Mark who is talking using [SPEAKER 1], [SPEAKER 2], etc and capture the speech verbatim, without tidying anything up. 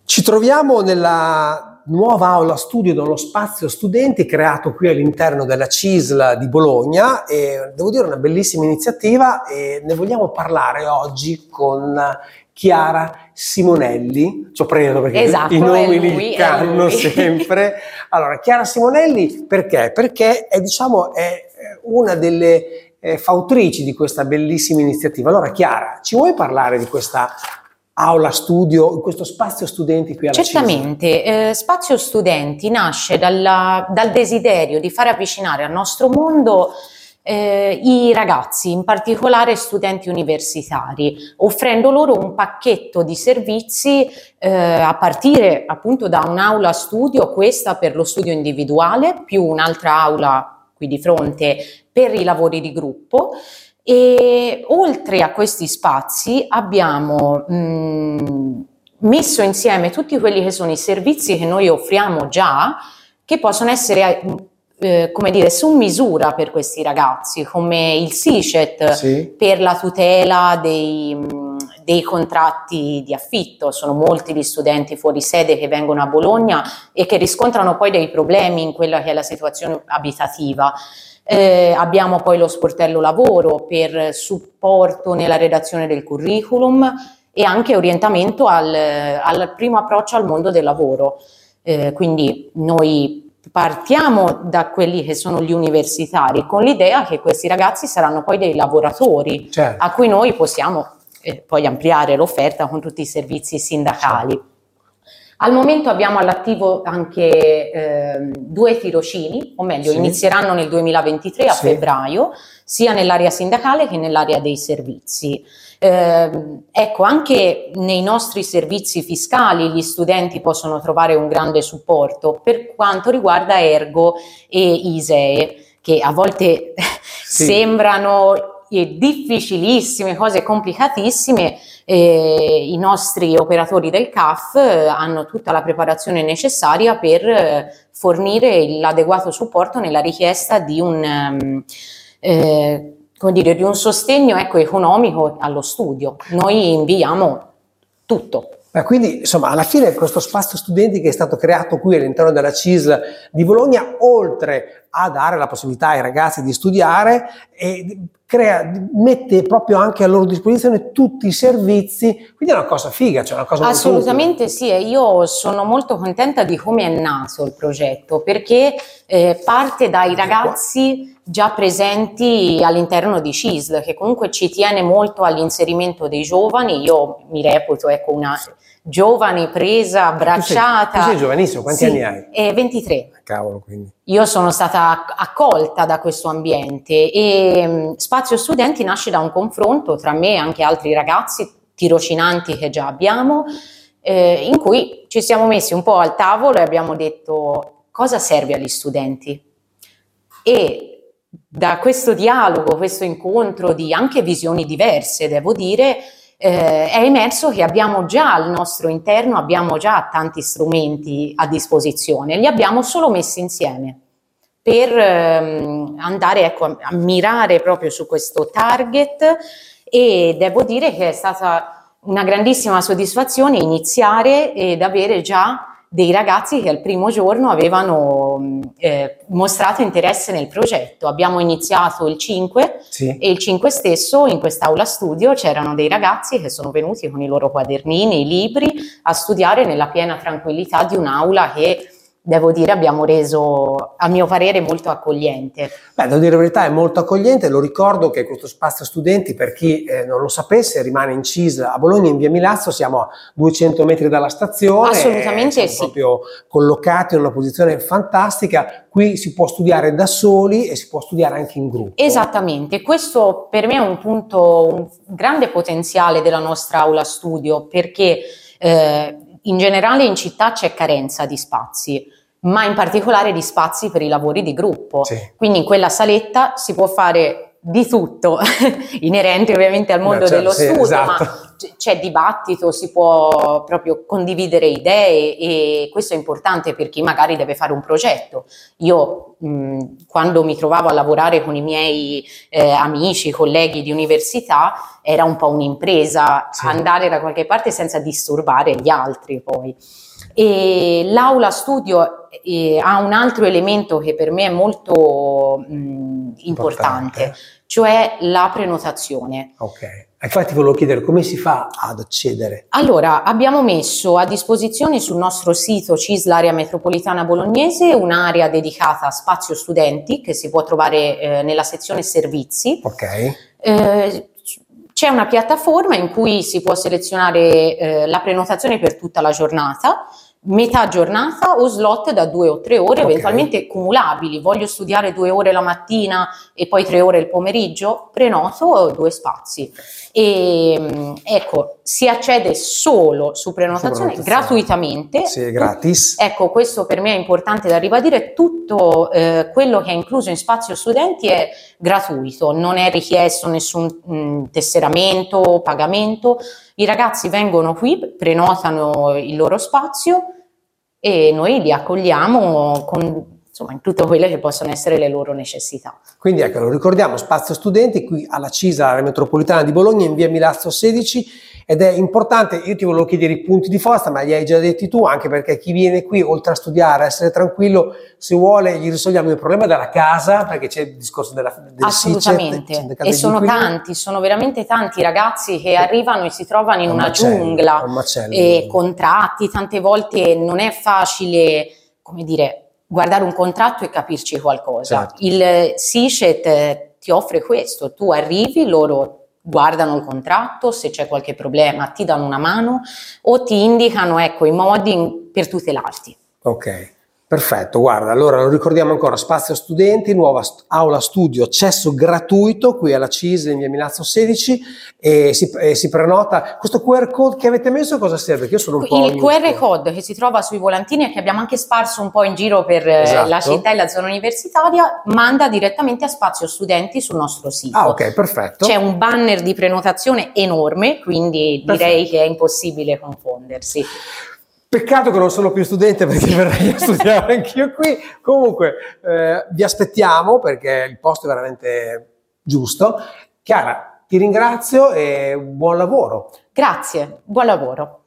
[SPEAKER 1] Ci troviamo nella nuova aula studio dello spazio studenti creato qui all'interno della C I S L di Bologna e devo dire una bellissima iniziativa e ne vogliamo parlare oggi con Chiara Simonelli, ci ho preso perché
[SPEAKER 2] esatto,
[SPEAKER 1] i nomi
[SPEAKER 2] lui,
[SPEAKER 1] li canno sempre. Allora, Chiara Simonelli perché? Perché è, diciamo, è una delle eh, fautrici di questa bellissima iniziativa. Allora Chiara, ci vuoi parlare di questa aula studio, questo spazio studenti qui alla
[SPEAKER 2] Certamente,
[SPEAKER 1] C I S L?
[SPEAKER 2] eh, Spazio Studenti nasce dalla, dal desiderio di far avvicinare al nostro mondo eh, i ragazzi, in particolare studenti universitari, offrendo loro un pacchetto di servizi eh, a partire appunto da un'aula studio, questa per lo studio individuale, più un'altra aula qui di fronte per i lavori di gruppo. E oltre a questi spazi abbiamo mh, messo insieme tutti quelli che sono i servizi che noi offriamo già, che possono essere eh, come dire su misura per questi ragazzi, come il S I C E T
[SPEAKER 1] Sì.
[SPEAKER 2] per la tutela dei, dei contratti di affitto. Sono molti gli studenti fuori sede che vengono a Bologna e che riscontrano poi dei problemi in quella che è la situazione abitativa. Eh, abbiamo poi lo sportello lavoro per supporto nella redazione del curriculum e anche orientamento al, al primo approccio al mondo del lavoro. Eh, quindi noi partiamo da quelli che sono gli universitari con l'idea che questi ragazzi saranno poi dei lavoratori,
[SPEAKER 1] certo,
[SPEAKER 2] a cui noi possiamo eh, poi ampliare l'offerta con tutti i servizi sindacali.
[SPEAKER 1] Certo.
[SPEAKER 2] Al momento abbiamo all'attivo anche eh, due tirocini, o meglio
[SPEAKER 1] Sì.
[SPEAKER 2] inizieranno nel duemilaventitré a
[SPEAKER 1] Sì.
[SPEAKER 2] febbraio, sia nell'area sindacale che nell'area dei servizi. Eh, ecco, anche nei nostri servizi fiscali gli studenti possono trovare un grande supporto per quanto riguarda Ergo e ISEE, che a volte
[SPEAKER 1] Sì.
[SPEAKER 2] sembrano difficilissime, cose complicatissime. Eh, i nostri operatori del C A F eh, hanno tutta la preparazione necessaria per eh, fornire l'adeguato supporto nella richiesta di un, um, eh, come dire, di un sostegno ecco, economico allo studio. Noi inviamo tutto.
[SPEAKER 1] Ma quindi, insomma, alla fine questo spazio studenti che è stato creato qui all'interno della C I S L di Bologna, oltre a dare la possibilità ai ragazzi di studiare, e crea, mette proprio anche a loro disposizione tutti i servizi, quindi è una cosa figa, cioè una cosa
[SPEAKER 2] assolutamente sì, e io sono molto contenta di come è nato il progetto, perché eh, parte dai ragazzi già presenti all'interno di C I S L, che comunque ci tiene molto all'inserimento dei giovani. Io mi reputo ecco una giovane presa, abbracciata.
[SPEAKER 1] Tu sei, tu sei giovanissimo, quanti
[SPEAKER 2] sì,
[SPEAKER 1] anni hai?
[SPEAKER 2] Eh, ventitré.
[SPEAKER 1] Cavolo, quindi.
[SPEAKER 2] Io sono stata accolta da questo ambiente e mh, Spazio Studenti nasce da un confronto tra me e anche altri ragazzi tirocinanti che già abbiamo, eh, in cui ci siamo messi un po' al tavolo e abbiamo detto cosa serve agli studenti. E da questo dialogo, questo incontro di anche visioni diverse, devo dire, eh, è emerso che abbiamo già al nostro interno, abbiamo già tanti strumenti a disposizione, li abbiamo solo messi insieme per ehm, andare ecco, a, a mirare proprio su questo target, e devo dire che è stata una grandissima soddisfazione iniziare ed avere già dei ragazzi che al primo giorno avevano eh, mostrato interesse nel progetto. Abbiamo iniziato il cinque
[SPEAKER 1] Sì.
[SPEAKER 2] e il cinque stesso in quest'aula studio c'erano dei ragazzi che sono venuti con i loro quadernini, i libri, a studiare nella piena tranquillità di un'aula che, devo dire, abbiamo reso, a mio parere, molto accogliente.
[SPEAKER 1] Beh, devo dire la verità, è molto accogliente. Lo ricordo che questo spazio studenti, per chi eh, non lo sapesse, rimane in C I S L a Bologna, in via Milazzo, siamo a duecento metri dalla stazione.
[SPEAKER 2] Assolutamente
[SPEAKER 1] eh,
[SPEAKER 2] sì.
[SPEAKER 1] Proprio collocati in una posizione fantastica. Qui si può studiare da soli e si può studiare anche in gruppo.
[SPEAKER 2] Esattamente, questo per me è un punto, un grande potenziale della nostra aula studio, perché eh, in generale in città c'è carenza di spazi, ma in particolare di spazi per i lavori di gruppo.
[SPEAKER 1] Sì.
[SPEAKER 2] Quindi in quella saletta si può fare di tutto, inerente ovviamente al mondo
[SPEAKER 1] Beh, certo,
[SPEAKER 2] dello
[SPEAKER 1] sì,
[SPEAKER 2] studio,
[SPEAKER 1] esatto.
[SPEAKER 2] ma c'è dibattito, si può proprio condividere idee e questo è importante per chi magari deve fare un progetto. Io mh, quando mi trovavo a lavorare con i miei eh, amici, colleghi di università, era un po' un'impresa
[SPEAKER 1] Sì.
[SPEAKER 2] andare da qualche parte senza disturbare gli altri poi. E l'aula studio eh, ha un altro elemento che per me è molto mh, importante, importante, cioè la prenotazione.
[SPEAKER 1] Ok. Infatti volevo chiedere come si fa ad accedere?
[SPEAKER 2] Allora, abbiamo messo a disposizione sul nostro sito C I S L Area Metropolitana Bolognese un'area dedicata a spazio studenti che si può trovare eh, nella sezione servizi.
[SPEAKER 1] Ok.
[SPEAKER 2] Eh, c'è una piattaforma in cui si può selezionare eh, la prenotazione per tutta la giornata, metà giornata o slot da due o tre ore, okay, eventualmente cumulabili. Voglio studiare due ore la mattina e poi tre ore il pomeriggio, prenoto due spazi. E ecco, si accede solo su prenotazione, su prenotazione. gratuitamente.
[SPEAKER 1] Sì, gratis.
[SPEAKER 2] Ecco, questo per me è importante da ribadire, tutto eh, quello che è incluso in spazio studenti è gratuito, non è richiesto nessun mh, tesseramento, pagamento. I ragazzi vengono qui, prenotano il loro spazio e noi li accogliamo con, insomma, in tutto quello che possono essere le loro necessità.
[SPEAKER 1] Quindi ecco, lo ricordiamo, Spazio Studenti qui alla C I S L, Area Metropolitana di Bologna, in via Milazzo sedici, ed è importante, io ti volevo chiedere i punti di forza, ma li hai già detti tu, anche perché chi viene qui, oltre a studiare, a essere tranquillo, se vuole gli risolviamo il problema della casa, perché c'è il discorso della, del
[SPEAKER 2] assolutamente,
[SPEAKER 1] S I C E T,
[SPEAKER 2] e sono tanti, sono veramente tanti ragazzi che arrivano e si trovano in un una macello, giungla, un macello. E contratti, tante volte non è facile, come dire, guardare un contratto e capirci qualcosa. Certo. Il S I C E T ti offre questo, tu arrivi, loro guardano il contratto, se c'è qualche problema ti danno una mano o ti indicano, ecco, i modi per tutelarti.
[SPEAKER 1] Ok. Perfetto, guarda, allora lo ricordiamo ancora, Spazio Studenti, nuova st- aula studio, accesso gratuito qui alla C I S L in via Milazzo sedici e si, e si prenota. Questo Q R code che avete messo cosa serve? Perché io sono un po'
[SPEAKER 2] il Q R code che si trova sui volantini e che abbiamo anche sparso un po' in giro per esatto. la città e la zona universitaria, manda direttamente a Spazio Studenti sul nostro sito.
[SPEAKER 1] Ah, ok, perfetto.
[SPEAKER 2] C'è un banner di prenotazione enorme, quindi perfetto. Direi che è impossibile confondersi.
[SPEAKER 1] Peccato che non sono più studente perché verrei a studiare anch'io qui. Comunque eh, vi aspettiamo perché il posto è veramente giusto. Chiara, ti ringrazio e buon lavoro.
[SPEAKER 2] Grazie, buon lavoro.